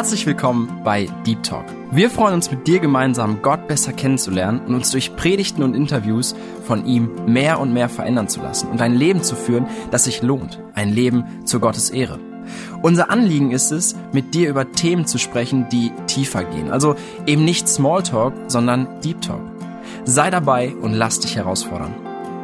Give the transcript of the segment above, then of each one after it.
Herzlich willkommen bei Deep Talk. Wir freuen uns, mit dir gemeinsam Gott besser kennenzulernen und uns durch Predigten und Interviews von ihm mehr und mehr verändern zu lassen und ein Leben zu führen, das sich lohnt, ein Leben zu Gottes Ehre. Unser Anliegen ist es, mit dir über Themen zu sprechen, die tiefer gehen. Also eben nicht Smalltalk, sondern Deep Talk. Sei dabei und lass dich herausfordern.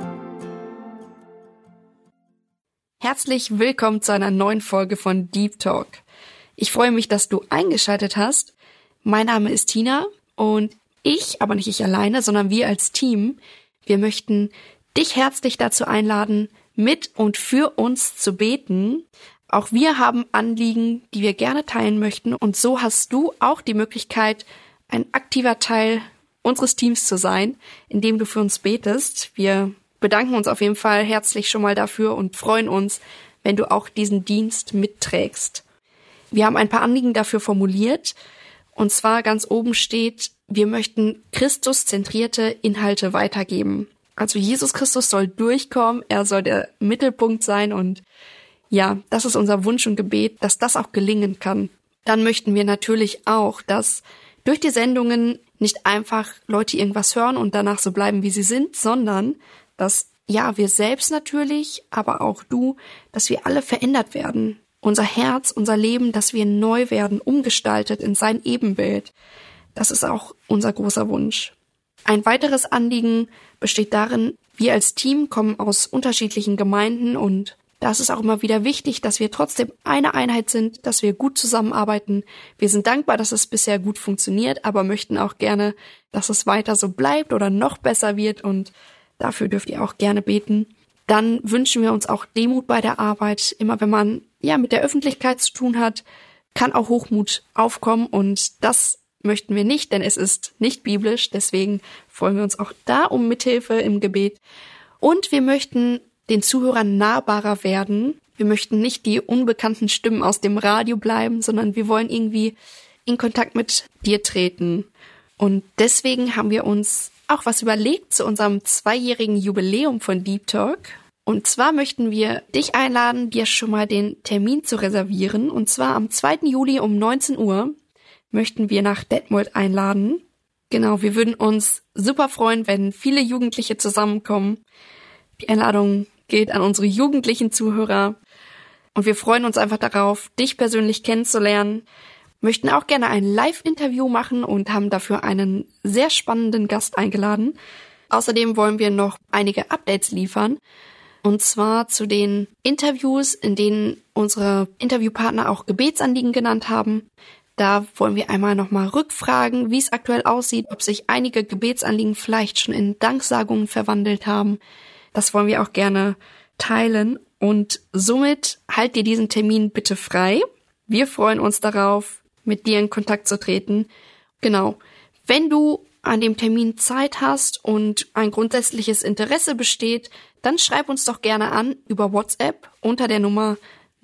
Herzlich willkommen zu einer neuen Folge von Deep Talk. Ich freue mich, dass du eingeschaltet hast. Mein Name ist Tina und aber nicht ich alleine, sondern wir als Team, wir möchten dich herzlich dazu einladen, mit und für uns zu beten. Auch wir haben Anliegen, die wir gerne teilen möchten, und so hast du auch die Möglichkeit, ein aktiver Teil unseres Teams zu sein, indem du für uns betest. Wir bedanken uns auf jeden Fall herzlich schon mal dafür und freuen uns, wenn du auch diesen Dienst mitträgst. Wir haben ein paar Anliegen dafür formuliert, und zwar ganz oben steht, wir möchten Christus-zentrierte Inhalte weitergeben. Also Jesus Christus soll durchkommen, er soll der Mittelpunkt sein, und ja, das ist unser Wunsch und Gebet, dass das auch gelingen kann. Dann möchten wir natürlich auch, dass durch die Sendungen nicht einfach Leute irgendwas hören und danach so bleiben, wie sie sind, sondern dass, ja, wir selbst natürlich, aber auch du, dass wir alle verändert werden. Unser Herz, unser Leben, dass wir neu werden, umgestaltet in sein Ebenbild. Das ist auch unser großer Wunsch. Ein weiteres Anliegen besteht darin, wir als Team kommen aus unterschiedlichen Gemeinden, und da ist es auch immer wieder wichtig, dass wir trotzdem eine Einheit sind, dass wir gut zusammenarbeiten. Wir sind dankbar, dass es bisher gut funktioniert, aber möchten auch gerne, dass es weiter so bleibt oder noch besser wird, und dafür dürft ihr auch gerne beten. Dann wünschen wir uns auch Demut bei der Arbeit. Immer wenn man mit der Öffentlichkeit zu tun hat, kann auch Hochmut aufkommen, und das möchten wir nicht, denn es ist nicht biblisch. Deswegen freuen wir uns auch da um Mithilfe im Gebet. Und wir möchten den Zuhörern nahbarer werden. Wir möchten nicht die unbekannten Stimmen aus dem Radio bleiben, sondern wir wollen irgendwie in Kontakt mit dir treten. Und deswegen haben wir uns auch was überlegt zu unserem 2-jährigen Jubiläum von Deep Talk. Und zwar möchten wir dich einladen, dir schon mal den Termin zu reservieren. Und zwar am 2. Juli um 19 Uhr möchten wir nach Detmold einladen. Genau, wir würden uns super freuen, wenn viele Jugendliche zusammenkommen. Die Einladung gilt an unsere jugendlichen Zuhörer. Und wir freuen uns einfach darauf, dich persönlich kennenzulernen. Möchten auch gerne ein Live-Interview machen und haben dafür einen sehr spannenden Gast eingeladen. Außerdem wollen wir noch einige Updates liefern. Und zwar zu den Interviews, in denen unsere Interviewpartner auch Gebetsanliegen genannt haben. Da wollen wir einmal nochmal rückfragen, wie es aktuell aussieht, ob sich einige Gebetsanliegen vielleicht schon in Danksagungen verwandelt haben. Das wollen wir auch gerne teilen. Und somit halt dir diesen Termin bitte frei. Wir freuen uns darauf, mit dir in Kontakt zu treten. Genau. Wenn du an dem Termin Zeit hast und ein grundsätzliches Interesse besteht, dann schreib uns doch gerne an über WhatsApp unter der Nummer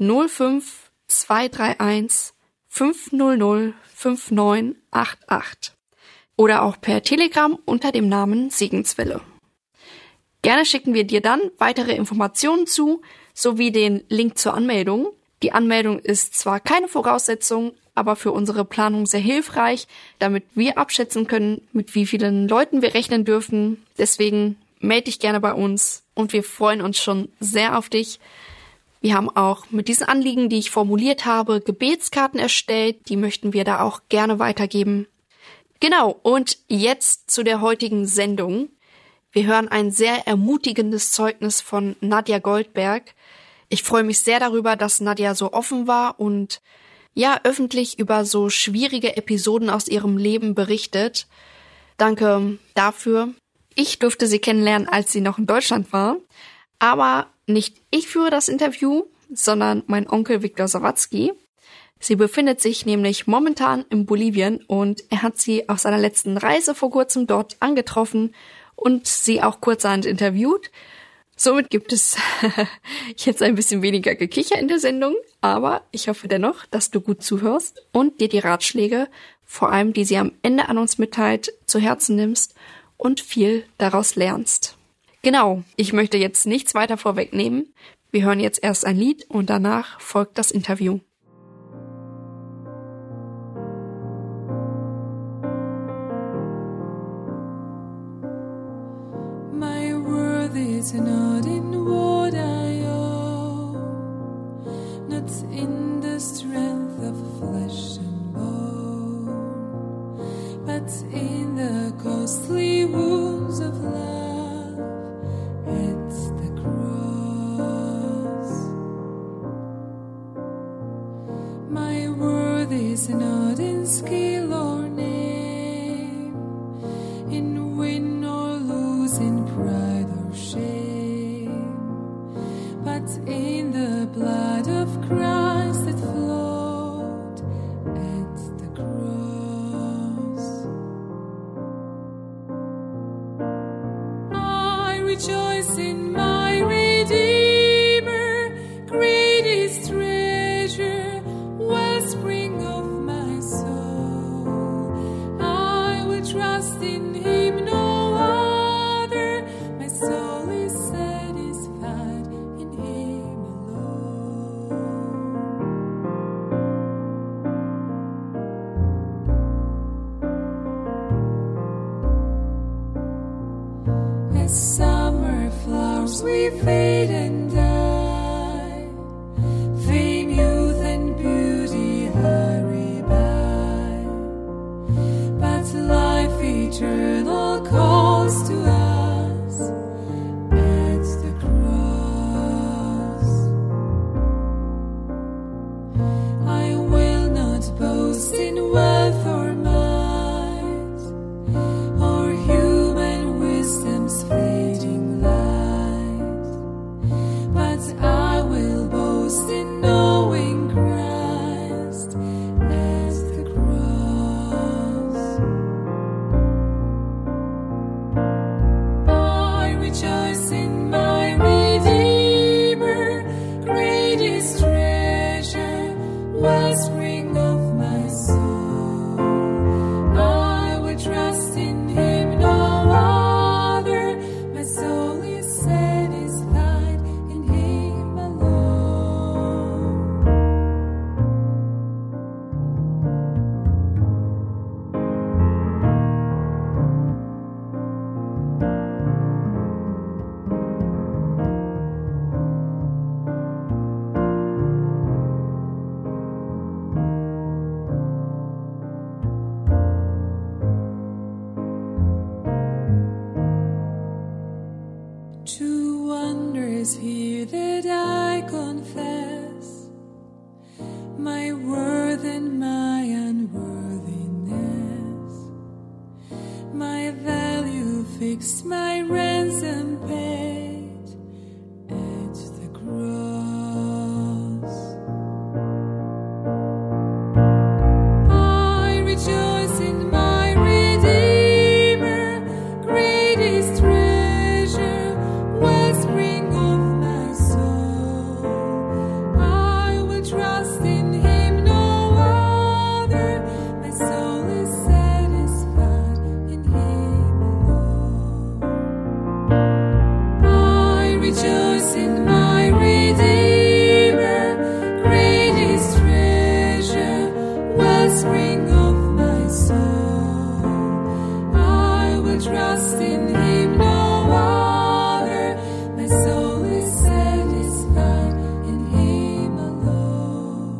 05231 500 5988 oder auch per Telegram unter dem Namen Segenswelle. Gerne schicken wir dir dann weitere Informationen zu, sowie den Link zur Anmeldung. Die Anmeldung ist zwar keine Voraussetzung, aber für unsere Planung sehr hilfreich, damit wir abschätzen können, mit wie vielen Leuten wir rechnen dürfen. Deswegen melde dich gerne bei uns, und wir freuen uns schon sehr auf dich. Wir haben auch mit diesen Anliegen, die ich formuliert habe, Gebetskarten erstellt. Die möchten wir da auch gerne weitergeben. Genau, und jetzt zu der heutigen Sendung. Wir hören ein sehr ermutigendes Zeugnis von Nadja Goldberg. Ich freue mich sehr darüber, dass Nadja so offen war und öffentlich über so schwierige Episoden aus ihrem Leben berichtet. Danke dafür. Ich durfte sie kennenlernen, als sie noch in Deutschland war. Aber nicht ich führe das Interview, sondern mein Onkel Viktor Sawatzki. Sie befindet sich nämlich momentan in Bolivien, und er hat sie auf seiner letzten Reise vor kurzem dort angetroffen und sie auch kurzerhand interviewt. Somit gibt es jetzt ein bisschen weniger Gekicher in der Sendung, aber ich hoffe dennoch, dass du gut zuhörst und dir die Ratschläge, vor allem die sie am Ende an uns mitteilt, zu Herzen nimmst und viel daraus lernst. Genau, ich möchte jetzt nichts weiter vorwegnehmen. Wir hören jetzt erst ein Lied und danach folgt das Interview. is not in what I own, not in the strength of flesh and bone, but in the costly wounds of love at the cross. My worth is not in skill or name, in win or lose, in pride or shame, but in the blood of Christ that flowed at the cross. I rejoice in my Redeemer, greatest treasure, wellspring of my soul. I will trust in Him, no other. My soul is satisfied in Him alone. As summer flowers we fade and die, fame, youth and beauty hurry by, but life eternal calls to us at the cross. I will not boast in wealth or might, or human wisdom's fading light, but I will boast in knowing Christ at the cross. I rejoice in my Redeemer, greatest treasure, wellspring of my soul. I will trust in Him, no other. My soul is satisfied in Him alone. True wonders here that I confess, my worth and my unworthiness, my value fixed, my ransom paid at the cross. I rejoice in my Redeemer, greatest treasure, wellspring of my soul. I will trust in Him, no other. My soul is satisfied in Him alone. I rejoice in my Redeemer, greatest treasure, wellspring of my soul. I will trust in Him, no other. My soul is satisfied in Him alone.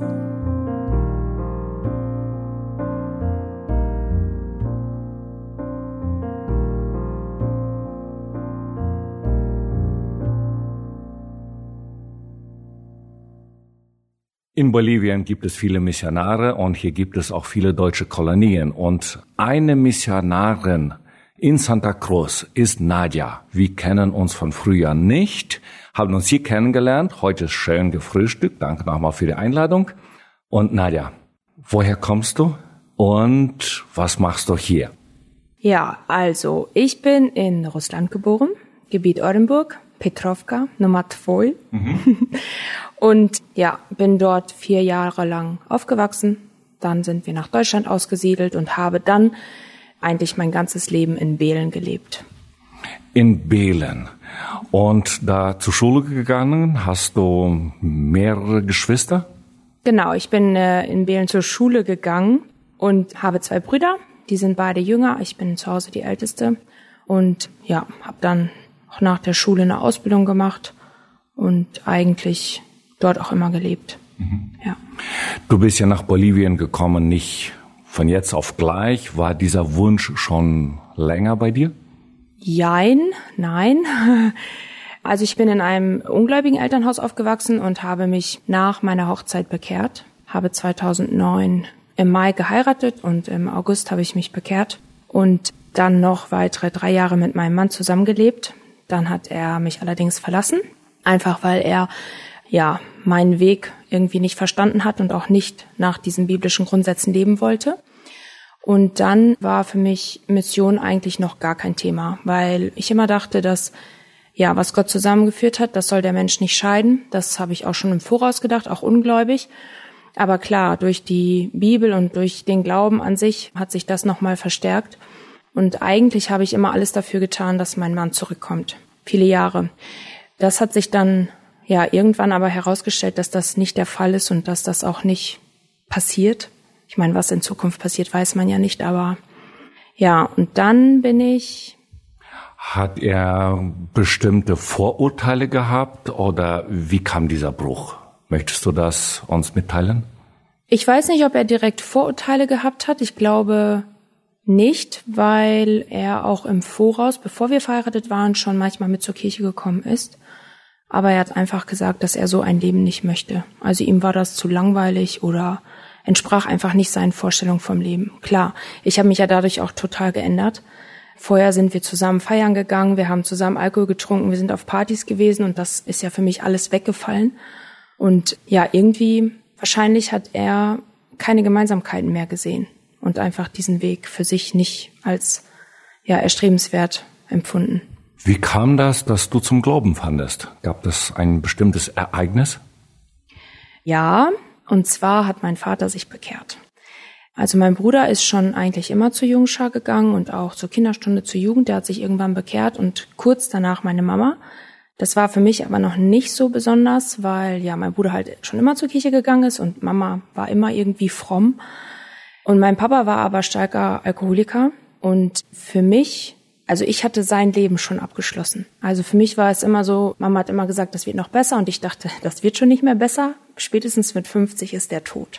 In Bolivien gibt es viele Missionare und hier gibt es auch viele deutsche Kolonien. Und eine Missionarin in Santa Cruz ist Nadja. Wir kennen uns von früher nicht, haben uns hier kennengelernt. Heute ist schön gefrühstückt. Danke nochmal für die Einladung. Und Nadja, woher kommst du und was machst du hier? Ja, also ich bin in Russland geboren, Gebiet Orenburg, Petrovka, Nummer 2. Und ja, bin dort 4 Jahre lang aufgewachsen. Dann sind wir nach Deutschland ausgesiedelt und habe dann eigentlich mein ganzes Leben in Behlen gelebt. In Behlen. Und da zur Schule gegangen, hast du mehrere Geschwister? Genau, ich bin in Behlen zur Schule gegangen und habe 2 Brüder. Die sind beide jünger. Ich bin zu Hause die Älteste. Und ja, habe dann auch nach der Schule eine Ausbildung gemacht und eigentlich dort auch immer gelebt. Ja. Du bist ja nach Bolivien gekommen, nicht von jetzt auf gleich. War dieser Wunsch schon länger bei dir? Nein. Also ich bin in einem ungläubigen Elternhaus aufgewachsen und habe mich nach meiner Hochzeit bekehrt. Habe 2009 im Mai geheiratet und im August habe ich mich bekehrt und dann noch weitere 3 Jahre mit meinem Mann zusammengelebt. Dann hat er mich allerdings verlassen, einfach weil er meinen Weg irgendwie nicht verstanden hat und auch nicht nach diesen biblischen Grundsätzen leben wollte. Und dann war für mich Mission eigentlich noch gar kein Thema, weil ich immer dachte, dass was Gott zusammengeführt hat, das soll der Mensch nicht scheiden. Das habe ich auch schon im Voraus gedacht, auch ungläubig. Aber klar, durch die Bibel und durch den Glauben an sich hat sich das nochmal verstärkt. Und eigentlich habe ich immer alles dafür getan, dass mein Mann zurückkommt. Viele Jahre. Das hat sich dann irgendwann aber herausgestellt, dass das nicht der Fall ist und dass das auch nicht passiert. Ich meine, was in Zukunft passiert, weiß man ja nicht, aber und dann bin ich... Hat er bestimmte Vorurteile gehabt oder wie kam dieser Bruch? Möchtest du das uns mitteilen? Ich weiß nicht, ob er direkt Vorurteile gehabt hat. Ich glaube nicht, weil er auch im Voraus, bevor wir verheiratet waren, schon manchmal mit zur Kirche gekommen ist. Aber er hat einfach gesagt, dass er so ein Leben nicht möchte. Also ihm war das zu langweilig oder entsprach einfach nicht seinen Vorstellungen vom Leben. Klar, ich habe mich ja dadurch auch total geändert. Vorher sind wir zusammen feiern gegangen, wir haben zusammen Alkohol getrunken, wir sind auf Partys gewesen und das ist ja für mich alles weggefallen. Und irgendwie, wahrscheinlich hat er keine Gemeinsamkeiten mehr gesehen und einfach diesen Weg für sich nicht als erstrebenswert empfunden. Wie kam das, dass du zum Glauben fandest? Gab es ein bestimmtes Ereignis? Ja, und zwar hat mein Vater sich bekehrt. Also mein Bruder ist schon eigentlich immer zur Jungschar gegangen und auch zur Kinderstunde, zur Jugend. Der hat sich irgendwann bekehrt und kurz danach meine Mama. Das war für mich aber noch nicht so besonders, weil mein Bruder halt schon immer zur Kirche gegangen ist und Mama war immer irgendwie fromm. Und mein Papa war aber starker Alkoholiker und für mich, also ich hatte sein Leben schon abgeschlossen. Also für mich war es immer so, Mama hat immer gesagt, das wird noch besser und ich dachte, das wird schon nicht mehr besser. Spätestens mit 50 ist der tot.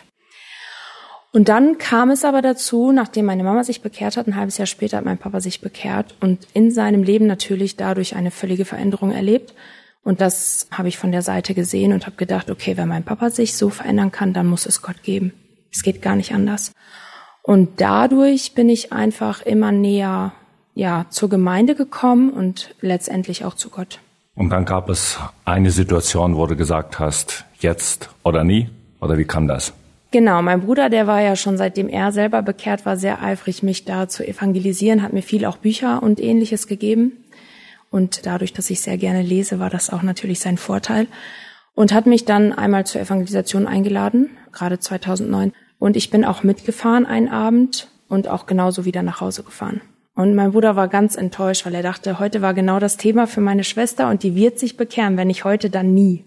Und dann kam es aber dazu, nachdem meine Mama sich bekehrt hat, ein halbes Jahr später hat mein Papa sich bekehrt und in seinem Leben natürlich dadurch eine völlige Veränderung erlebt. Und das habe ich von der Seite gesehen und habe gedacht, okay, wenn mein Papa sich so verändern kann, dann muss es Gott geben. Es geht gar nicht anders. Und dadurch bin ich einfach immer näher zur Gemeinde gekommen und letztendlich auch zu Gott. Und dann gab es eine Situation, wo du gesagt hast, jetzt oder nie? Oder wie kam das? Genau, mein Bruder, der war ja schon seitdem er selber bekehrt war, sehr eifrig, mich da zu evangelisieren, hat mir viel auch Bücher und Ähnliches gegeben. Und dadurch, dass ich sehr gerne lese, war das auch natürlich sein Vorteil. Und hat mich dann einmal zur Evangelisation eingeladen, gerade 2009. Und ich bin auch mitgefahren einen Abend und auch genauso wieder nach Hause gefahren. Und mein Bruder war ganz enttäuscht, weil er dachte, heute war genau das Thema für meine Schwester und die wird sich bekehren, wenn nicht heute, dann nie.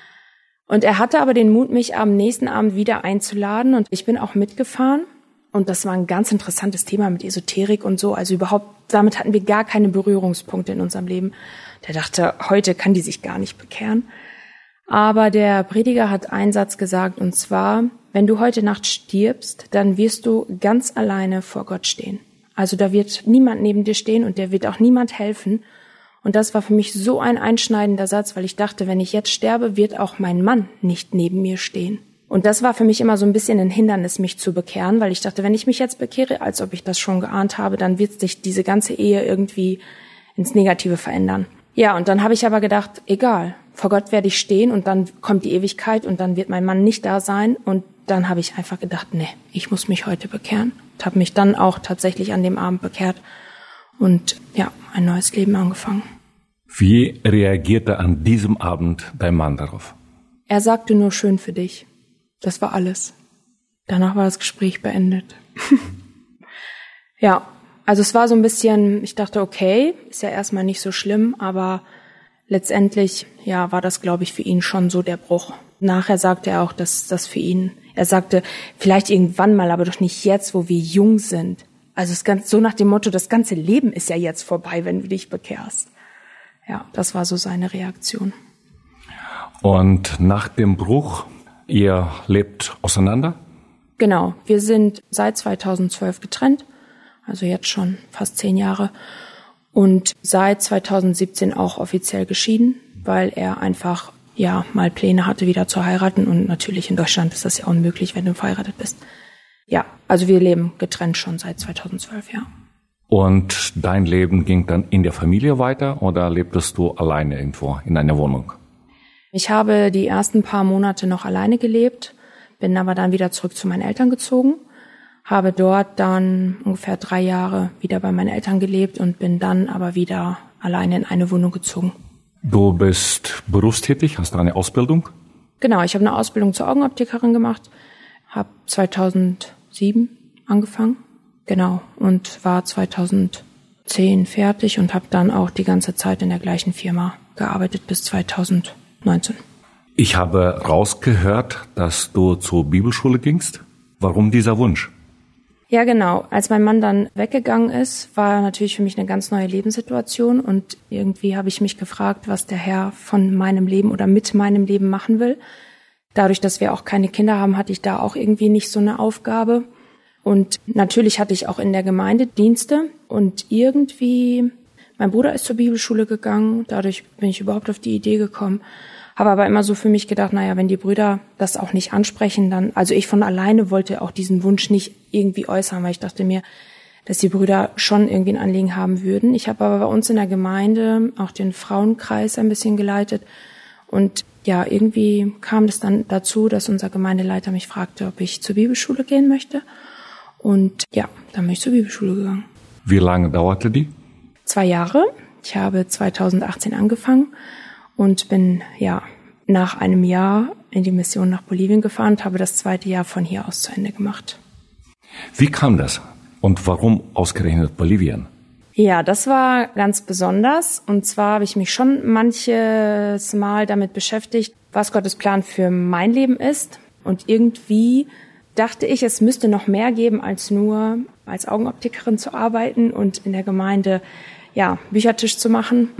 Und er hatte aber den Mut, mich am nächsten Abend wieder einzuladen und ich bin auch mitgefahren. Und das war ein ganz interessantes Thema mit Esoterik und so. Also überhaupt, damit hatten wir gar keine Berührungspunkte in unserem Leben. Der dachte, heute kann die sich gar nicht bekehren. Aber der Prediger hat einen Satz gesagt, und zwar, wenn du heute Nacht stirbst, dann wirst du ganz alleine vor Gott stehen. Also da wird niemand neben dir stehen und der wird auch niemand helfen. Und das war für mich so ein einschneidender Satz, weil ich dachte, wenn ich jetzt sterbe, wird auch mein Mann nicht neben mir stehen. Und das war für mich immer so ein bisschen ein Hindernis, mich zu bekehren, weil ich dachte, wenn ich mich jetzt bekehre, als ob ich das schon geahnt habe, dann wird sich diese ganze Ehe irgendwie ins Negative verändern. Ja, und dann habe ich aber gedacht, egal, vor Gott werde ich stehen und dann kommt die Ewigkeit und dann wird mein Mann nicht da sein. Und dann habe ich einfach gedacht, nee, ich muss mich heute bekehren. Und habe mich dann auch tatsächlich an dem Abend bekehrt und ein neues Leben angefangen. Wie reagierte an diesem Abend dein Mann darauf? Er sagte nur schön für dich. Das war alles. Danach war das Gespräch beendet. Ja, also es war so ein bisschen, ich dachte, okay, ist ja erstmal nicht so schlimm, aber letztendlich, war das, glaube ich, für ihn schon so der Bruch. Nachher sagte er auch, dass das für ihn, er sagte, vielleicht irgendwann mal, aber doch nicht jetzt, wo wir jung sind. Also es ganz so nach dem Motto, das ganze Leben ist ja jetzt vorbei, wenn du dich bekehrst. Ja, das war so seine Reaktion. Und nach dem Bruch, ihr lebt auseinander? Genau, wir sind seit 2012 getrennt, also jetzt schon fast 10 Jahre. Und seit 2017 auch offiziell geschieden, weil er einfach mal Pläne hatte, wieder zu heiraten. Und natürlich in Deutschland ist das ja unmöglich, wenn du verheiratet bist. Ja, also wir leben getrennt schon seit 2012, ja. Und dein Leben ging dann in der Familie weiter oder lebtest du alleine irgendwo in einer Wohnung? Ich habe die ersten paar Monate noch alleine gelebt, bin aber dann wieder zurück zu meinen Eltern gezogen, habe dort dann ungefähr 3 Jahre wieder bei meinen Eltern gelebt und bin dann aber wieder alleine in eine Wohnung gezogen. Du bist berufstätig, hast du eine Ausbildung? Genau, ich habe eine Ausbildung zur Augenoptikerin gemacht, habe 2007 angefangen, genau, und war 2010 fertig und habe dann auch die ganze Zeit in der gleichen Firma gearbeitet bis 2019. Ich habe rausgehört, dass du zur Bibelschule gingst. Warum dieser Wunsch? Ja, genau. Als mein Mann dann weggegangen ist, war natürlich für mich eine ganz neue Lebenssituation und irgendwie habe ich mich gefragt, was der Herr von meinem Leben oder mit meinem Leben machen will. Dadurch, dass wir auch keine Kinder haben, hatte ich da auch irgendwie nicht so eine Aufgabe. Und natürlich hatte ich auch in der Gemeinde Dienste und irgendwie, mein Bruder ist zur Bibelschule gegangen, dadurch bin ich überhaupt auf die Idee gekommen. Habe aber immer so für mich gedacht, naja, wenn die Brüder das auch nicht ansprechen, dann, also ich von alleine wollte auch diesen Wunsch nicht irgendwie äußern, weil ich dachte mir, dass die Brüder schon irgendwie ein Anliegen haben würden. Ich habe aber bei uns in der Gemeinde auch den Frauenkreis ein bisschen geleitet und ja, irgendwie kam es dann dazu, dass unser Gemeindeleiter mich fragte, ob ich zur Bibelschule gehen möchte. Und ja, dann bin ich zur Bibelschule gegangen. Wie lange dauerte die? 2 Jahre. Ich habe 2018 angefangen. Und bin nach einem Jahr in die Mission nach Bolivien gefahren und habe das 2. Jahr von hier aus zu Ende gemacht. Wie kam das? Und warum ausgerechnet Bolivien? Ja, das war ganz besonders. Und zwar habe ich mich schon manches Mal damit beschäftigt, was Gottes Plan für mein Leben ist. Und irgendwie dachte ich, es müsste noch mehr geben, als nur als Augenoptikerin zu arbeiten und in der Gemeinde Büchertisch zu machen.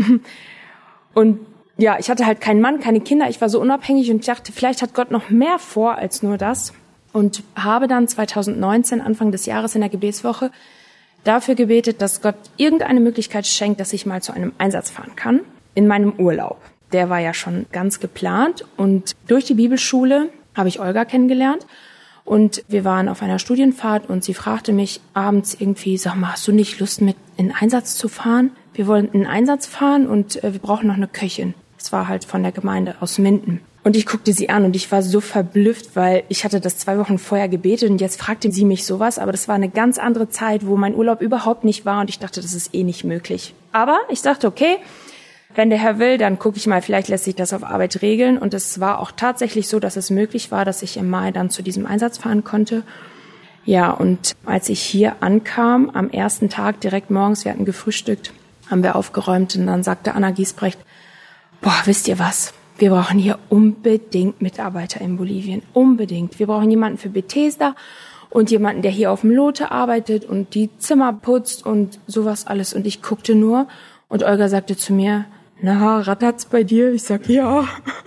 Und ja, ich hatte halt keinen Mann, keine Kinder, ich war so unabhängig und ich dachte, vielleicht hat Gott noch mehr vor als nur das. Und habe dann 2019, Anfang des Jahres in der Gebetswoche, dafür gebetet, dass Gott irgendeine Möglichkeit schenkt, dass ich mal zu einem Einsatz fahren kann, in meinem Urlaub. Der war ja schon ganz geplant und durch die Bibelschule habe ich Olga kennengelernt und wir waren auf einer Studienfahrt und sie fragte mich abends irgendwie, sag mal, hast du nicht Lust mit in Einsatz zu fahren? Wir wollen in Einsatz fahren und wir brauchen noch eine Köchin. Das war halt von der Gemeinde aus Minden. Und ich guckte sie an und ich war so verblüfft, weil ich hatte das 2 Wochen vorher gebetet und jetzt fragte sie mich sowas, aber das war eine ganz andere Zeit, wo mein Urlaub überhaupt nicht war und ich dachte, das ist eh nicht möglich. Aber ich dachte, okay, wenn der Herr will, dann gucke ich mal, vielleicht lässt sich das auf Arbeit regeln. Und es war auch tatsächlich so, dass es möglich war, dass ich im Mai dann zu diesem Einsatz fahren konnte. Ja, und als ich hier ankam, am ersten Tag direkt morgens, wir hatten gefrühstückt, haben wir aufgeräumt und dann sagte Anna Giesbrecht, wisst ihr was? Wir brauchen hier unbedingt Mitarbeiter in Bolivien. Unbedingt. Wir brauchen jemanden für Bethesda und jemanden, der hier auf dem Lote arbeitet und die Zimmer putzt und sowas alles. Und ich guckte nur und Olga sagte zu mir, na, rattert's bei dir? Ich sag, ja.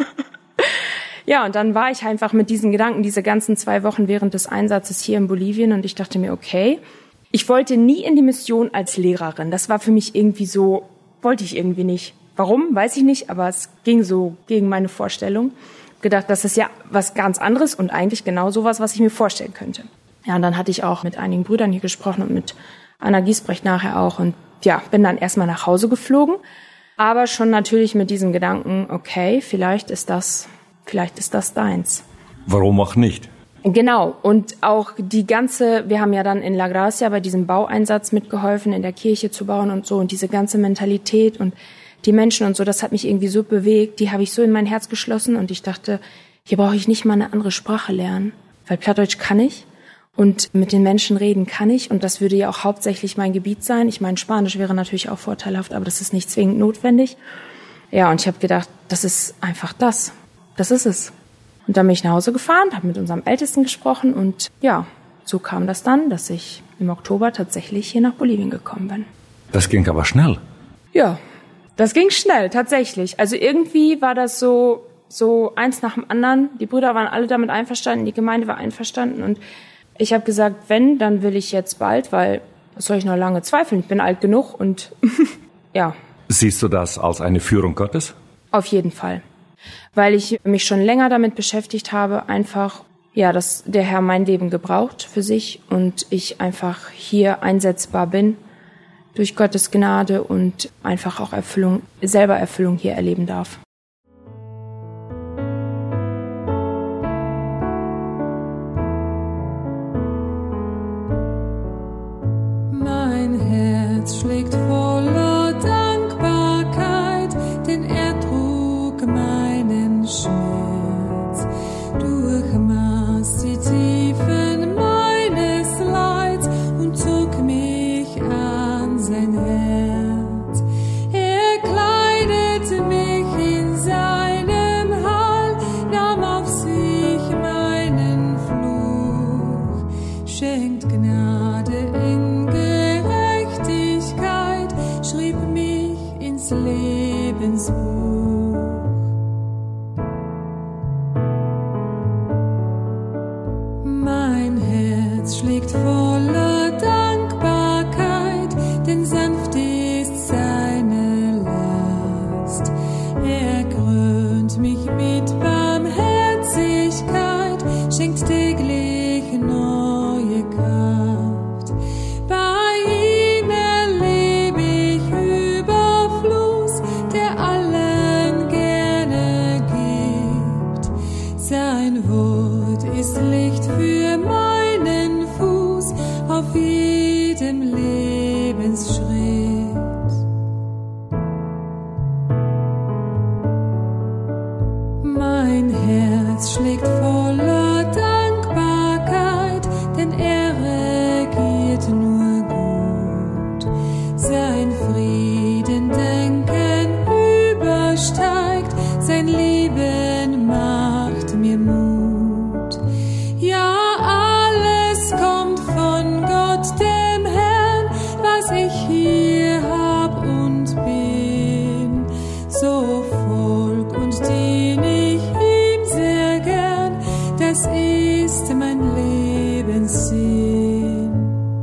Ja, und dann war ich einfach mit diesen Gedanken diese ganzen 2 Wochen während des Einsatzes hier in Bolivien und ich dachte mir, okay, ich wollte nie in die Mission als Lehrerin. Das war für mich irgendwie so, wollte ich irgendwie nicht. Warum, weiß ich nicht, aber es ging so gegen meine Vorstellung. Gedacht, das ist ja was ganz anderes und eigentlich genau sowas, was ich mir vorstellen könnte. Ja, und dann hatte ich auch mit einigen Brüdern hier gesprochen und mit Anna Giesbrecht nachher auch und ja, bin dann erstmal nach Hause geflogen, aber schon natürlich mit diesem Gedanken, okay, vielleicht ist das deins. Warum auch nicht? Genau, und auch wir haben ja dann in La Gracia bei diesem Baueinsatz mitgeholfen, in der Kirche zu bauen und so und diese ganze Mentalität und die Menschen und so, das hat mich irgendwie so bewegt, die habe ich so in mein Herz geschlossen und ich dachte, hier brauche ich nicht mal eine andere Sprache lernen, weil Plattdeutsch kann ich und mit den Menschen reden kann ich und das würde ja auch hauptsächlich mein Gebiet sein. Ich meine, Spanisch wäre natürlich auch vorteilhaft, aber das ist nicht zwingend notwendig. Ja, und ich habe gedacht, das ist einfach das ist es. Und dann bin ich nach Hause gefahren, habe mit unserem Ältesten gesprochen und ja, so kam das dann, dass ich im Oktober tatsächlich hier nach Bolivien gekommen bin. Das ging aber schnell. Ja. Das ging schnell, tatsächlich. Also irgendwie war das so eins nach dem anderen. Die Brüder waren alle damit einverstanden, die Gemeinde war einverstanden. Und ich habe gesagt, wenn, dann will ich jetzt bald, weil was soll ich noch lange zweifeln? Ich bin alt genug und ja. Siehst du das als eine Führung Gottes? Auf jeden Fall. Weil ich mich schon länger damit beschäftigt habe, einfach, ja, dass der Herr mein Leben gebraucht für sich und ich einfach hier einsetzbar bin durch Gottes Gnade und einfach auch Erfüllung hier erleben darf. Mein Herz schlägt voller Dankbarkeit, denn er trug meinen Schmerz. Durchmaß die Tiefen meines Leids und zog mich an sein Herz. Er kleidete mich in seinem Hall, nahm auf sich meinen Fluch, schenkt Gnade in Gerechtigkeit, schrieb mich ins Lebensbuch. Mein Herz schlägt voller Dankbarkeit, denn sanft ist seine Last. Er krönt mich mit Barmherzigkeit, schenkt täglich neue Kraft. Bei ihm erlebe ich Überfluss, der allen gerne gibt. Sein Wort ist Licht für meinen Fuß auf jedem Lebensschritt. Mein Herz schlägt voller Dankbarkeit, denn er regiert nur gut. Sein Frieden Denken übersteigt, sein Leben macht mir Mut. Ja, alles kommt von Gott, dem Herrn, was ich hier hab und bin. So folg und dien ich ihm sehr gern, das ist mein Lebenssinn.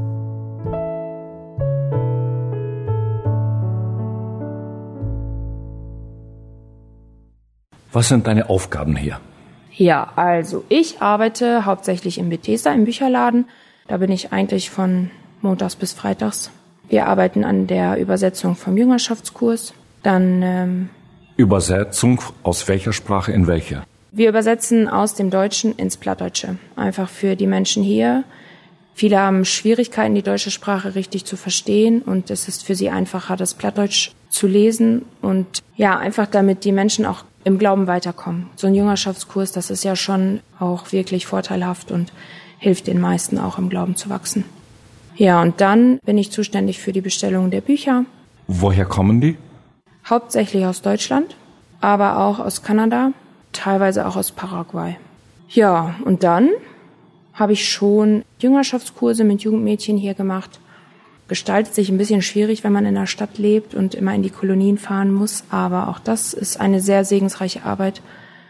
Was sind deine Aufgaben hier? Ja, also ich arbeite hauptsächlich in Bethesda, im Bücherladen. Da bin ich eigentlich von montags bis freitags. Wir arbeiten an der Übersetzung vom Jüngerschaftskurs. Dann Übersetzung aus welcher Sprache in welche? wir übersetzen aus dem Deutschen ins Plattdeutsche. Einfach für die Menschen hier. Viele haben Schwierigkeiten, die deutsche Sprache richtig zu verstehen. Und es ist für sie einfacher, das Plattdeutsch zu lesen. Und ja, einfach damit die Menschen auch im Glauben weiterkommen. So ein Jüngerschaftskurs, das ist ja schon auch wirklich vorteilhaft und hilft den meisten auch im Glauben zu wachsen. Ja, und dann bin ich zuständig für die Bestellung der Bücher. Woher kommen die? Hauptsächlich aus Deutschland, aber auch aus Kanada, teilweise auch aus Paraguay. Ja, und dann habe ich schon Jüngerschaftskurse mit Jugendmädchen hier gemacht. Gestaltet sich ein bisschen schwierig, wenn man in der Stadt lebt und immer in die Kolonien fahren muss. Aber auch das ist eine sehr segensreiche Arbeit.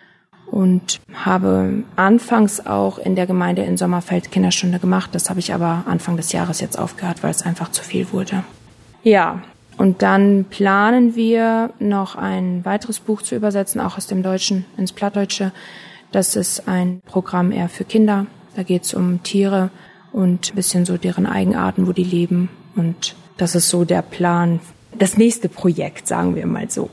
Und habe anfangs auch in der Gemeinde in Sommerfeld Kinderstunde gemacht. Das habe ich aber Anfang des Jahres jetzt aufgehört, weil es einfach zu viel wurde. Ja, und dann planen wir noch ein weiteres Buch zu übersetzen, auch aus dem Deutschen ins Plattdeutsche. Das ist ein Programm eher für Kinder. Da geht es um Tiere und ein bisschen so deren Eigenarten, wo die leben. Und das ist so der Plan, das nächste Projekt, sagen wir mal so.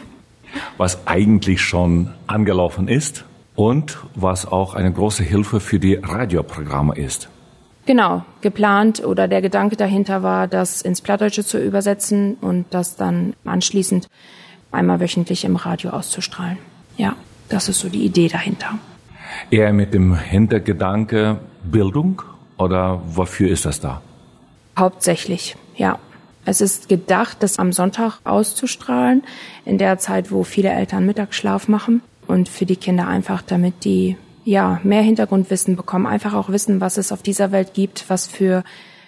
Was eigentlich schon angelaufen ist und was auch eine große Hilfe für die Radioprogramme ist. Genau, geplant oder der Gedanke dahinter war, das ins Plattdeutsche zu übersetzen und das dann anschließend einmal wöchentlich im Radio auszustrahlen. Ja, das ist so die Idee dahinter. Eher mit dem Hintergedanke Bildung oder wofür ist das da? Hauptsächlich, ja. Es ist gedacht, das am Sonntag auszustrahlen, in der Zeit, wo viele Eltern Mittagsschlaf machen. Und für die Kinder einfach, damit die mehr Hintergrundwissen bekommen, einfach auch wissen, was es auf dieser Welt gibt, was für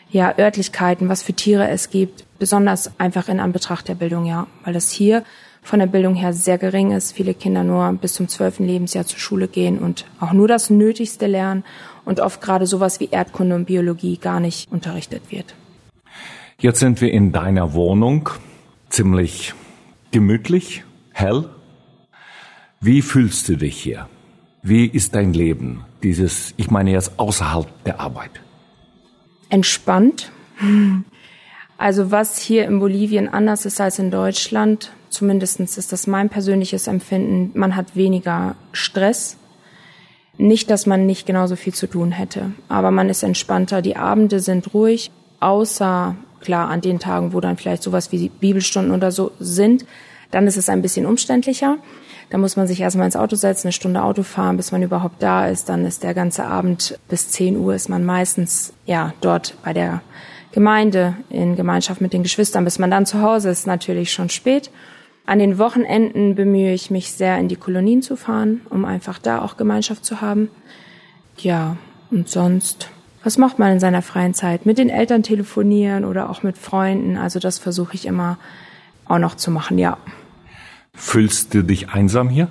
Örtlichkeiten, was für Tiere es gibt, besonders einfach in Anbetracht der Bildung, ja, weil das hier von der Bildung her sehr gering ist. Viele Kinder nur bis zum 12. Lebensjahr zur Schule gehen und auch nur das Nötigste lernen und oft gerade sowas wie Erdkunde und Biologie gar nicht unterrichtet wird. Jetzt sind wir in deiner Wohnung, ziemlich gemütlich, hell. Wie fühlst du dich hier? Wie ist dein Leben? Ich meine jetzt außerhalb der Arbeit. Entspannt. Also was hier in Bolivien anders ist als in Deutschland, zumindest ist das mein persönliches Empfinden, man hat weniger Stress. Nicht, dass man nicht genauso viel zu tun hätte, aber man ist entspannter. Die Abende sind ruhig, außer, klar, an den Tagen, wo dann vielleicht sowas wie Bibelstunden oder so sind, dann ist es ein bisschen umständlicher. Da muss man sich erstmal ins Auto setzen, 1 Stunde Auto fahren, bis man überhaupt da ist. Dann ist der ganze Abend bis 10 Uhr ist man meistens dort bei der Gemeinde in Gemeinschaft mit den Geschwistern. Bis man dann zu Hause ist, natürlich schon spät. An den Wochenenden bemühe ich mich sehr, in die Kolonien zu fahren, um einfach da auch Gemeinschaft zu haben. Ja, und sonst, was macht man in seiner freien Zeit? Mit den Eltern telefonieren oder auch mit Freunden. Also das versuche ich immer auch noch zu machen, ja. Fühlst du dich einsam hier?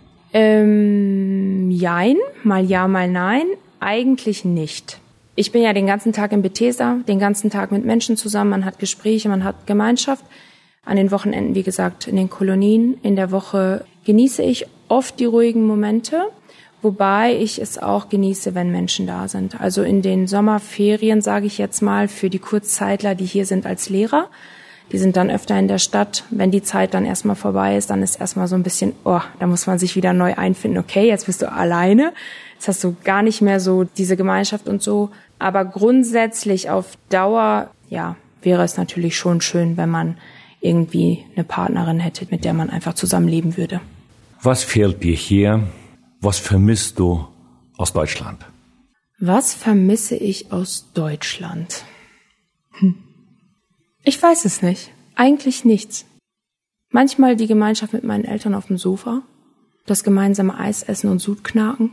Jein, mal ja, mal nein. Eigentlich nicht. Ich bin ja den ganzen Tag in Bethesda, den ganzen Tag mit Menschen zusammen. Man hat Gespräche, man hat Gemeinschaft. An den Wochenenden, wie gesagt, in den Kolonien. In der Woche genieße ich oft die ruhigen Momente, wobei ich es auch genieße, wenn Menschen da sind. Also in den Sommerferien, sage ich jetzt mal, für die Kurzzeitler, die hier sind als Lehrer, die sind dann öfter in der Stadt. Wenn die Zeit dann erstmal vorbei ist, dann ist erstmal so ein bisschen, da muss man sich wieder neu einfinden. Okay, jetzt bist du alleine. Jetzt hast du gar nicht mehr so diese Gemeinschaft und so. Aber grundsätzlich auf Dauer, wäre es natürlich schon schön, wenn man irgendwie eine Partnerin hätte, mit der man einfach zusammenleben würde. Was fehlt dir hier? Was vermisst du aus Deutschland? Was vermisse ich aus Deutschland? Ich weiß es nicht. Eigentlich nichts. Manchmal die Gemeinschaft mit meinen Eltern auf dem Sofa, das gemeinsame Eis essen und Sud knacken.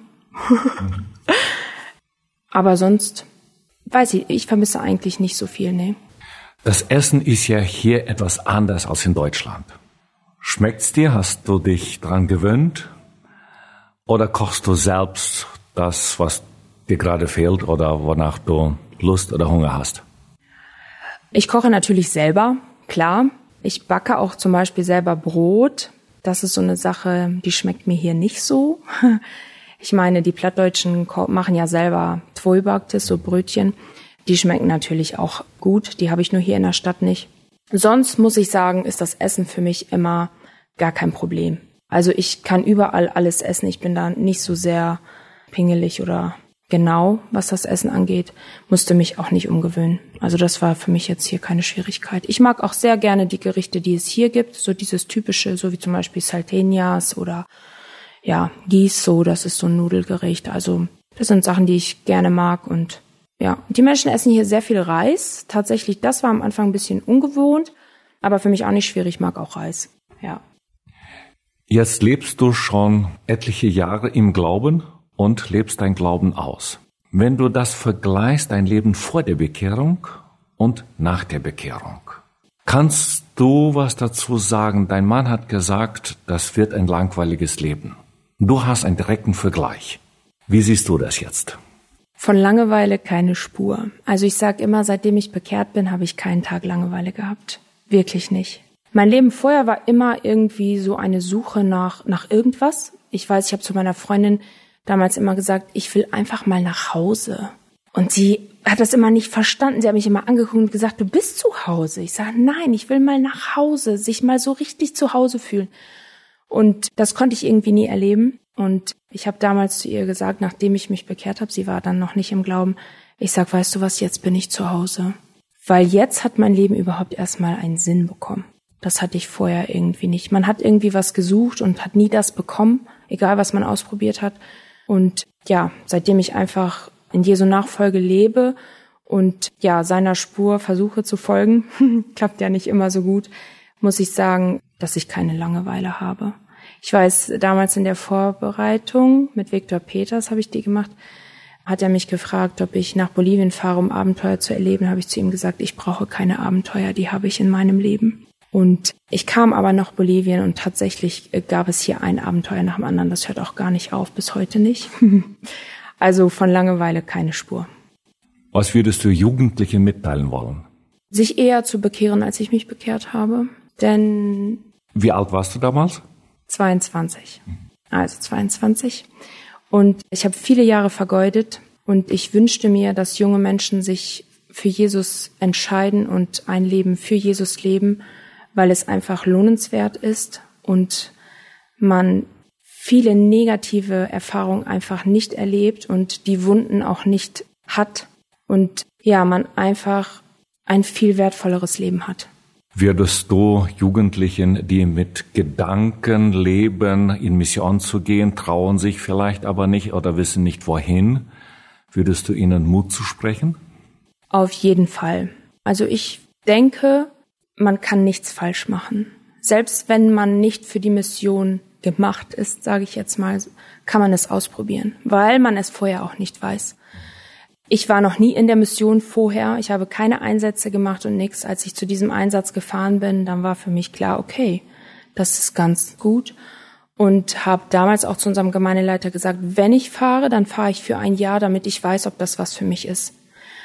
Aber sonst, weiß ich vermisse eigentlich nicht so viel, nee. Das Essen ist ja hier etwas anders als in Deutschland. Schmeckt's dir? Hast du dich dran gewöhnt? Oder kochst du selbst das, was dir gerade fehlt oder wonach du Lust oder Hunger hast? Ich koche natürlich selber, klar. Ich backe auch zum Beispiel selber Brot. Das ist so eine Sache, die schmeckt mir hier nicht so. Ich meine, die Plattdeutschen machen ja selber Tvojbaktes, so Brötchen. Die schmecken natürlich auch gut. Die habe ich nur hier in der Stadt nicht. Sonst muss ich sagen, ist das Essen für mich immer gar kein Problem. Also ich kann überall alles essen. Ich bin da nicht so sehr pingelig oder genau, was das Essen angeht, musste mich auch nicht umgewöhnen. Also das war für mich jetzt hier keine Schwierigkeit. Ich mag auch sehr gerne die Gerichte, die es hier gibt, so dieses typische, so wie zum Beispiel Salteñas oder Guiso, das ist so ein Nudelgericht. Also das sind Sachen, die ich gerne mag und die Menschen essen hier sehr viel Reis. Tatsächlich, das war am Anfang ein bisschen ungewohnt, aber für mich auch nicht schwierig, ich mag auch Reis, ja. Jetzt lebst du schon etliche Jahre im Glauben und lebst dein Glauben aus. Wenn du das vergleichst, dein Leben vor der Bekehrung und nach der Bekehrung, kannst du was dazu sagen? Dein Mann hat gesagt, das wird ein langweiliges Leben. Du hast einen direkten Vergleich. Wie siehst du das jetzt? Von Langeweile keine Spur. Also ich sage immer, seitdem ich bekehrt bin, habe ich keinen Tag Langeweile gehabt. Wirklich nicht. Mein Leben vorher war immer irgendwie so eine Suche nach irgendwas. Ich weiß, ich habe zu meiner Freundin damals immer gesagt, ich will einfach mal nach Hause. Und sie hat das immer nicht verstanden. Sie hat mich immer angeguckt und gesagt, du bist zu Hause. Ich sage, nein, ich will mal nach Hause, sich mal so richtig zu Hause fühlen. Und das konnte ich irgendwie nie erleben. Und ich habe damals zu ihr gesagt, nachdem ich mich bekehrt habe, sie war dann noch nicht im Glauben, ich sag, weißt du was, jetzt bin ich zu Hause. Weil jetzt hat mein Leben überhaupt erstmal einen Sinn bekommen. Das hatte ich vorher irgendwie nicht. Man hat irgendwie was gesucht und hat nie das bekommen, egal was man ausprobiert hat. Und seitdem ich einfach in Jesu Nachfolge lebe und seiner Spur versuche zu folgen, klappt ja nicht immer so gut, muss ich sagen, dass ich keine Langeweile habe. Ich weiß, damals in der Vorbereitung mit Viktor Peters habe ich die gemacht, hat er mich gefragt, ob ich nach Bolivien fahre, um Abenteuer zu erleben. Habe ich zu ihm gesagt, ich brauche keine Abenteuer, die habe ich in meinem Leben. Und ich kam aber nach Bolivien und tatsächlich gab es hier ein Abenteuer nach dem anderen. Das hört auch gar nicht auf, bis heute nicht. Also von Langeweile keine Spur. Was würdest du Jugendlichen mitteilen wollen? Sich eher zu bekehren, als ich mich bekehrt habe. Denn Wie alt warst du damals? 22. Also 22. Und ich habe viele Jahre vergeudet und ich wünschte mir, dass junge Menschen sich für Jesus entscheiden und ein Leben für Jesus leben, weil es einfach lohnenswert ist und man viele negative Erfahrungen einfach nicht erlebt und die Wunden auch nicht hat und ja, man einfach ein viel wertvolleres Leben hat. Würdest du Jugendlichen, die mit Gedanken leben, in Mission zu gehen, trauen sich vielleicht aber nicht oder wissen nicht wohin, würdest du ihnen Mut zusprechen? Auf jeden Fall. Also ich denke, man kann nichts falsch machen. Selbst wenn man nicht für die Mission gemacht ist, sage ich jetzt mal, kann man es ausprobieren, weil man es vorher auch nicht weiß. Ich war noch nie in der Mission vorher. Ich habe keine Einsätze gemacht und nichts. Als ich zu diesem Einsatz gefahren bin, dann war für mich klar, okay, das ist ganz gut. Und habe damals auch zu unserem Gemeindeleiter gesagt, wenn ich fahre, dann fahre ich für ein Jahr, damit ich weiß, ob das was für mich ist.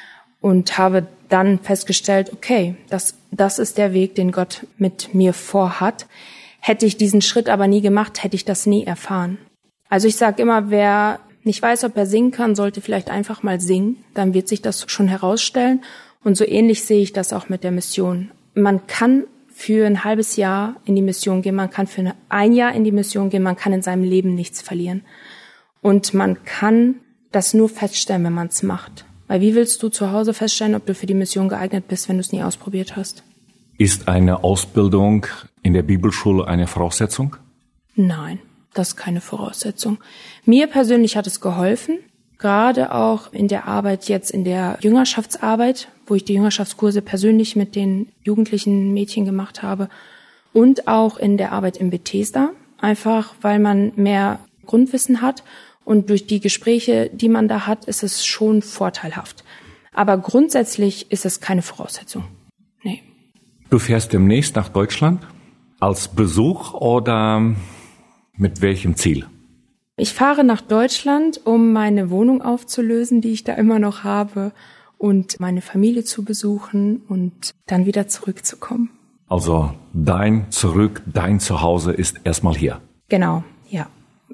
Und habe dann festgestellt, okay, das ist der Weg, den Gott mit mir vorhat. Hätte ich diesen Schritt aber nie gemacht, hätte ich das nie erfahren. Also ich sage immer, wer nicht weiß, ob er singen kann, sollte vielleicht einfach mal singen. Dann wird sich das schon herausstellen. Und so ähnlich sehe ich das auch mit der Mission. Man kann für ein halbes Jahr in die Mission gehen, man kann für ein Jahr in die Mission gehen, man kann in seinem Leben nichts verlieren. Und man kann das nur feststellen, wenn man es macht. Weil wie willst du zu Hause feststellen, ob du für die Mission geeignet bist, wenn du es nie ausprobiert hast? Ist eine Ausbildung in der Bibelschule eine Voraussetzung? Nein. Das ist keine Voraussetzung. Mir persönlich hat es geholfen, gerade auch in der Arbeit jetzt, in der Jüngerschaftsarbeit, wo ich die Jüngerschaftskurse persönlich mit den jugendlichen Mädchen gemacht habe und auch in der Arbeit im Bethesda, einfach weil man mehr Grundwissen hat und durch die Gespräche, die man da hat, ist es schon vorteilhaft. Aber grundsätzlich ist es keine Voraussetzung. Nee. Du fährst demnächst nach Deutschland als Besuch oder mit welchem Ziel? Ich fahre nach Deutschland, um meine Wohnung aufzulösen, die ich da immer noch habe, und meine Familie zu besuchen und dann wieder zurückzukommen. Also dein Zuhause ist erstmal hier. Genau, ja.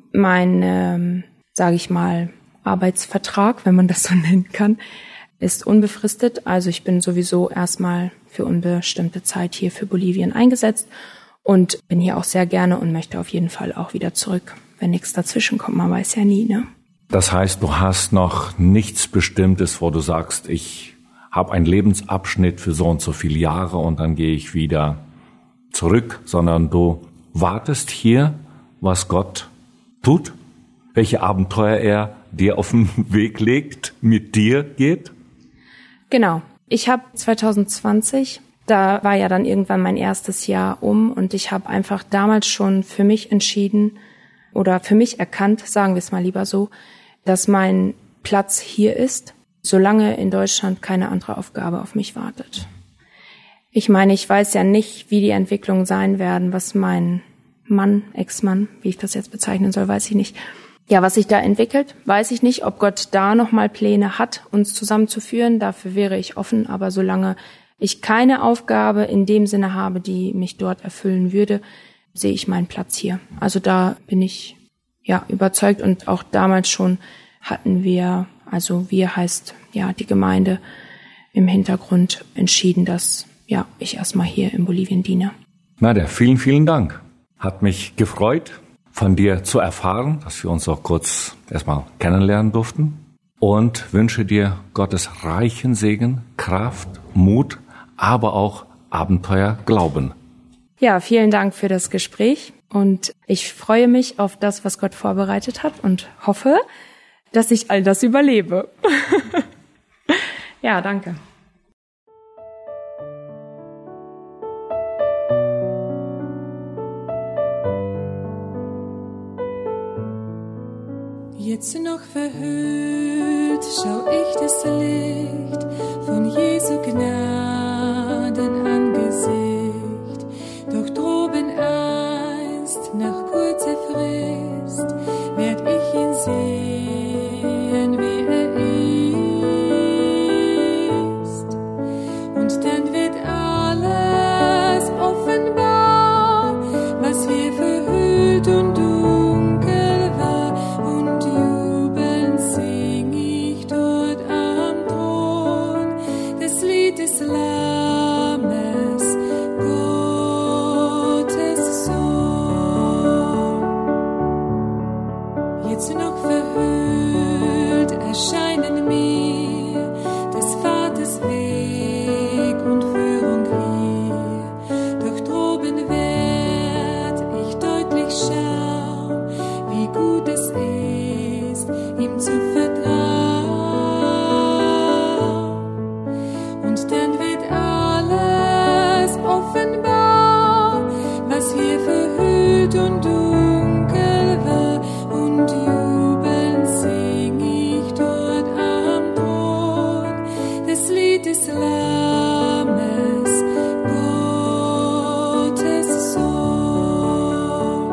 Mein, sage ich mal, Arbeitsvertrag, wenn man das so nennen kann, ist unbefristet. Also ich bin sowieso erstmal für unbestimmte Zeit hier für Bolivien eingesetzt. Und bin hier auch sehr gerne und möchte auf jeden Fall auch wieder zurück, wenn nichts dazwischen kommt. Man weiß ja nie, ne? Das heißt, du hast noch nichts Bestimmtes, wo du sagst, ich habe einen Lebensabschnitt für so und so viele Jahre und dann gehe ich wieder zurück, sondern du wartest hier, was Gott tut, welche Abenteuer er dir auf den Weg legt, mit dir geht. Genau. Ich habe 2020... Da war ja dann irgendwann mein erstes Jahr und ich habe einfach damals schon für mich entschieden oder für mich erkannt, sagen wir es mal lieber so, dass mein Platz hier ist, solange in Deutschland keine andere Aufgabe auf mich wartet. Ich meine, ich weiß ja nicht, wie die Entwicklungen sein werden, was mein Mann, Ex-Mann, wie ich das jetzt bezeichnen soll, weiß ich nicht. Ja, was sich da entwickelt, weiß ich nicht, ob Gott da nochmal Pläne hat, uns zusammenzuführen. Dafür wäre ich offen, aber solange ich keine Aufgabe in dem Sinne habe, die mich dort erfüllen würde, sehe ich meinen Platz hier. Also da bin ich ja überzeugt und auch damals schon hatten wir, also wir heißt ja die Gemeinde im Hintergrund entschieden, dass ja ich erstmal hier in Bolivien diene. Nadja, vielen, vielen Dank. Hat mich gefreut, von dir zu erfahren, dass wir uns auch kurz erstmal kennenlernen durften und wünsche dir Gottes reichen Segen, Kraft, Mut, aber auch Abenteuer, Glauben. Ja, vielen Dank für das Gespräch und ich freue mich auf das, was Gott vorbereitet hat und hoffe, dass ich all das überlebe. Ja, danke. Jetzt noch verhüllt schau ich das Licht von Jesu Gnadenangesicht. Doch droben einst nach kurzer Frist werd ich ihn sehen, wie er ist. Und dann wird alles offenbar, was hier verhüllt und dunkel war. Und jubelnd sing ich dort am Thron das Lied des Lammes, Gottes Sohn. Jetzt noch verhüllt erscheinen mir des Vaters Weg und Führung hier. Doch droben werd ich deutlich schauen, wie gut es ist, ihm zu vertrauen. Und dann wird alles offenbar, was hier verhüllt und dunkel war. Und jubelnd sing ich dort am Thron das Lied des Lammes, Gottes Sohn.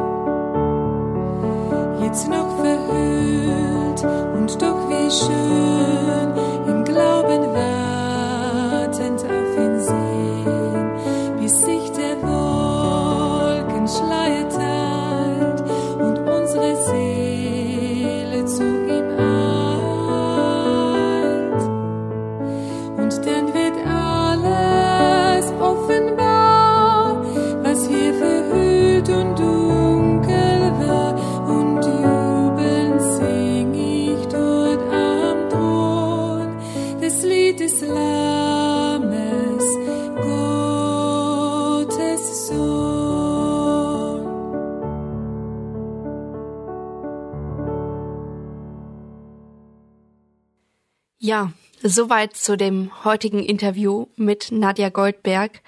Jetzt noch verhüllt und doch wie schön, im Glauben wartend auf ihn sehen, bis sich der Wolkenschleier teilt und unsere Seele zu ihm eilt. Und dann wird alles offenbar, was hier verhüllt und dunkel war. Und jubelnd sing ich dort am Thron das Lied des Lammes, Gottes Sohn. Ja, soweit zu dem heutigen Interview mit Nadja Goldberg.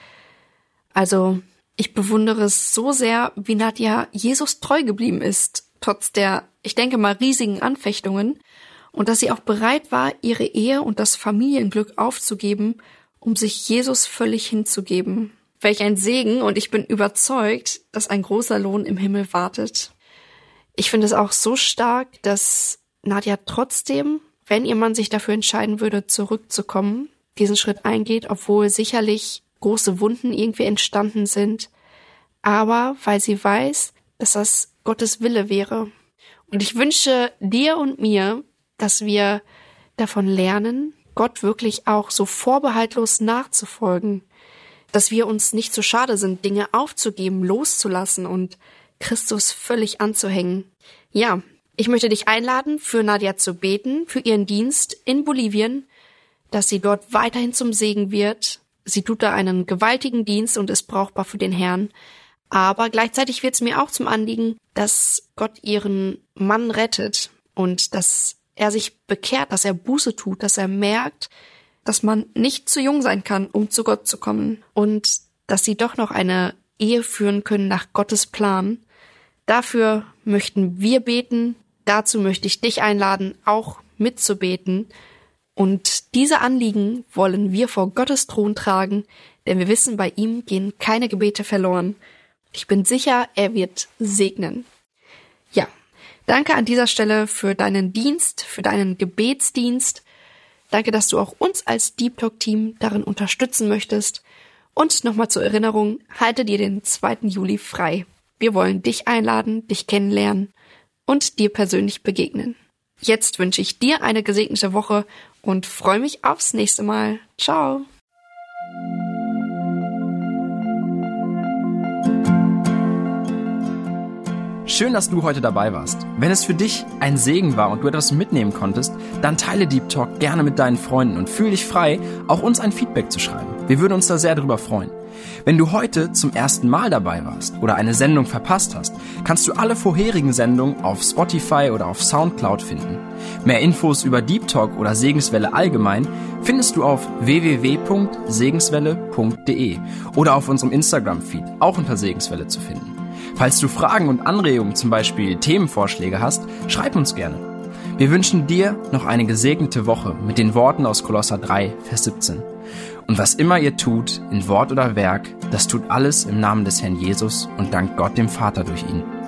Also, ich bewundere es so sehr, wie Nadja Jesus treu geblieben ist, trotz der, ich denke mal, riesigen Anfechtungen, und dass sie auch bereit war, ihre Ehe und das Familienglück aufzugeben, um sich Jesus völlig hinzugeben. Welch ein Segen, und ich bin überzeugt, dass ein großer Lohn im Himmel wartet. Ich finde es auch so stark, dass Nadja trotzdem, wenn ihr Mann sich dafür entscheiden würde, zurückzukommen, diesen Schritt eingeht, obwohl sicherlich große Wunden irgendwie entstanden sind, aber weil sie weiß, dass das Gottes Wille wäre. Und ich wünsche dir und mir, dass wir davon lernen, Gott wirklich auch so vorbehaltlos nachzufolgen, dass wir uns nicht so schade sind, Dinge aufzugeben, loszulassen und Christus völlig anzuhängen. Ja, ich möchte dich einladen, für Nadja zu beten, für ihren Dienst in Bolivien, dass sie dort weiterhin zum Segen wird. Sie tut da einen gewaltigen Dienst und ist brauchbar für den Herrn. Aber gleichzeitig wird es mir auch zum Anliegen, dass Gott ihren Mann rettet und dass er sich bekehrt, dass er Buße tut, dass er merkt, dass man nicht zu jung sein kann, um zu Gott zu kommen, und dass sie doch noch eine Ehe führen können nach Gottes Plan. Dafür möchten wir beten. Dazu möchte ich dich einladen, auch mitzubeten. Und diese Anliegen wollen wir vor Gottes Thron tragen, denn wir wissen, bei ihm gehen keine Gebete verloren. Ich bin sicher, er wird segnen. Ja, danke an dieser Stelle für deinen Dienst, für deinen Gebetsdienst. Danke, dass du auch uns als Deep Talk Team darin unterstützen möchtest. Und nochmal zur Erinnerung, halte dir den 2. Juli frei. Wir wollen dich einladen, dich kennenlernen und dir persönlich begegnen. Jetzt wünsche ich dir eine gesegnete Woche und freue mich aufs nächste Mal. Ciao! Schön, dass du heute dabei warst. Wenn es für dich ein Segen war und du etwas mitnehmen konntest, dann teile Deep Talk gerne mit deinen Freunden und fühl dich frei, auch uns ein Feedback zu schreiben. Wir würden uns da sehr darüber freuen. Wenn du heute zum ersten Mal dabei warst oder eine Sendung verpasst hast, kannst du alle vorherigen Sendungen auf Spotify oder auf Soundcloud finden. Mehr Infos über Deep Talk oder Segenswelle allgemein findest du auf www.segenswelle.de oder auf unserem Instagram-Feed, auch unter Segenswelle zu finden. Falls du Fragen und Anregungen, zum Beispiel Themenvorschläge hast, schreib uns gerne. Wir wünschen dir noch eine gesegnete Woche mit den Worten aus Kolosser 3, Vers 17. Und was immer ihr tut, in Wort oder Werk, das tut alles im Namen des Herrn Jesus und dankt Gott dem Vater durch ihn.